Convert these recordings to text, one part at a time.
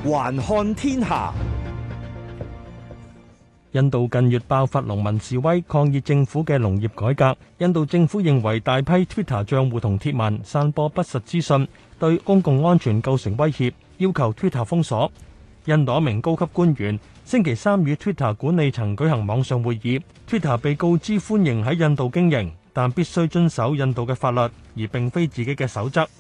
環看天下。 印度近月爆發農民示威，抗議政府嘅農業改革。印度政府認為大批 Twitter 賬戶同貼文散播不實資訊，對公共安全構成威脅，要求 Twitter 封鎖。印度一名高級官員星期三與 Twitter 管理層舉行網上會議。Twitter 被告知歡迎喺印度經營，但必須遵守印度嘅法律，而並非自己嘅守則。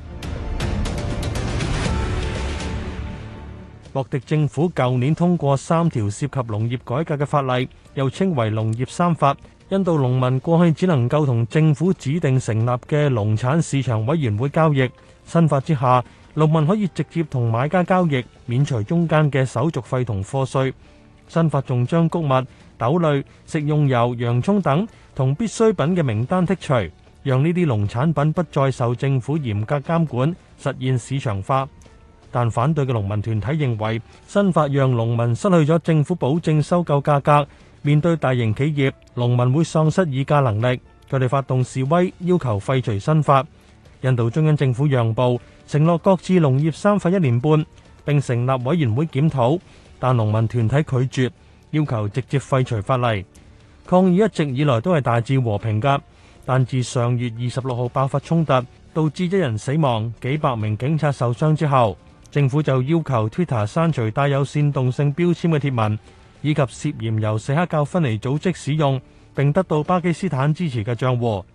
莫迪政府舊年通過3條涉及農業改革嘅法例，又稱為農業3法。印度農民過去只能夠同政府指定成立嘅農產市場委員會交易，新法之下，農民可以直接同買家交易，免除中間嘅手續費同課稅。新法仲將穀物、豆類、食用油、洋葱等同必需品嘅名單剔除，讓呢啲農產品不再受政府嚴格監管，實現市場化。但反對嘅農民團體認為，新法讓農民失去咗政府保證收購價格，面對大型企業，農民會喪失議價能力。佢哋發動示威，要求廢除新法。印度中央政府讓步，承諾擱置農業3法1年半，並成立委員會檢討，但農民團體拒絕，要求直接廢除法例。抗議一直以來都係大致和平㗎，但自上月26號爆發衝突，導致1人死亡、幾百名警察受傷之後，政府就要求 Twitter 刪除帶有煽動性標籤嘅貼文，以及涉嫌由錫克教分離組織使用並得到巴基斯坦支持嘅賬戶。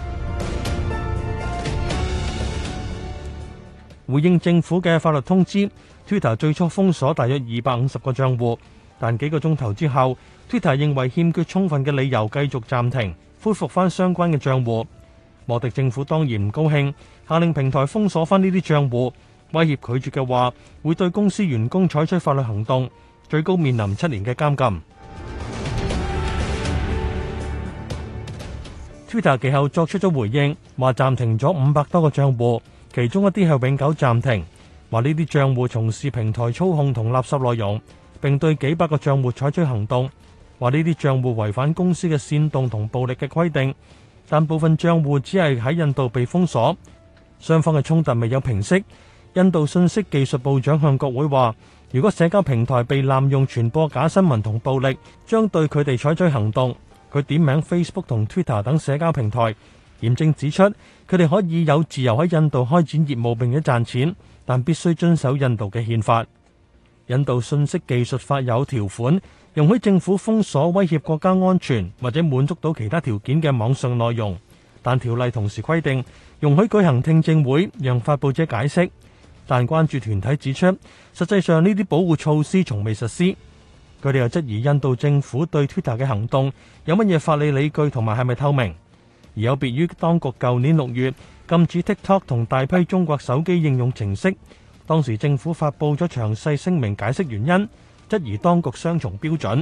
回應政府嘅法律通知， Twitter 最初封鎖大約250個賬戶，但幾個鐘頭之後， Twitter 認為欠缺充分嘅理由繼續暫停，恢復翻相關嘅賬戶。莫迪政府當然唔高興，下令平台封鎖翻呢啲賬戶，威脅拒絕嘅話，會對公司員工採取法律行動，最高面臨7年嘅監禁。Twitter 其後作出咗回應，話暫停咗500多個賬戶，其中一啲係永久暫停，話呢啲賬戶從事平台操控同垃圾內容，並對幾百個賬戶採取行動，話呢啲賬戶違反公司嘅煽動同暴力嘅規定，但部分賬戶只係喺印度被封鎖。雙方嘅衝突未有平息。印度信息技術部長向國會話，如果社交平台被濫用傳播假新聞同暴力，將對佢哋採取行動。佢點名 Facebook 同 Twitter 等社交平台，嚴正指出佢哋可以有自由喺印度開展業務並且賺錢，但必須遵守印度嘅憲法。印度信息技術法有條款，容許政府封鎖威脅國家安全或者滿足到其他條件嘅網上內容，但條例同時規定容許舉行聽證會，讓發佈者解釋。但關注團體指出，實際上呢啲保護措施從未實施。佢哋又質疑印度政府對 Twitter 嘅行動有乜嘢法理理據同埋係咪透明。而有別於當局舊年6月禁止 TikTok 同大批中國手機應用程式，當時政府發布咗詳細聲明解釋原因，質疑當局雙重標準。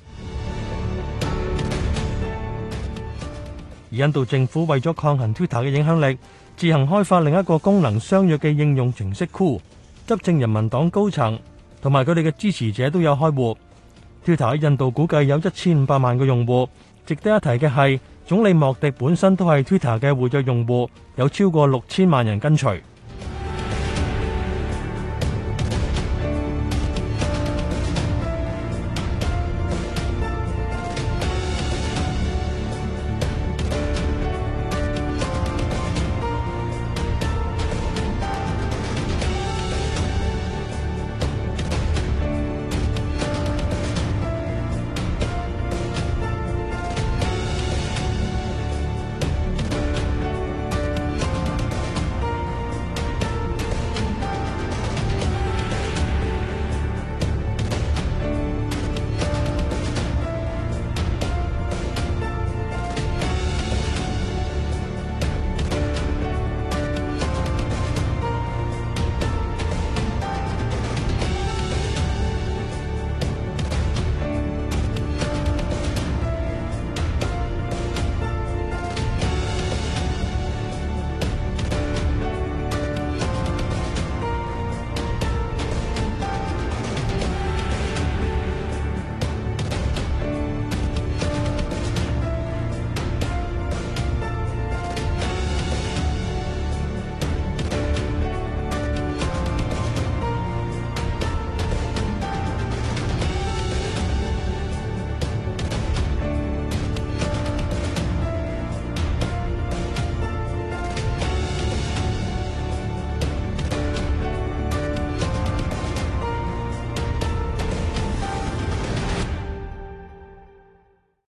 而印度政府為咗抗衡 Twitter 嘅影響力，自行開發另一個功能相若嘅應用程式庫，執政人民黨高層同埋佢哋嘅支持者都有開戶。Twitter 喺印度估計有1500萬個用戶。值得一提嘅係，總理莫迪本身都係 Twitter 嘅活躍用戶，有超過6000萬人跟隨。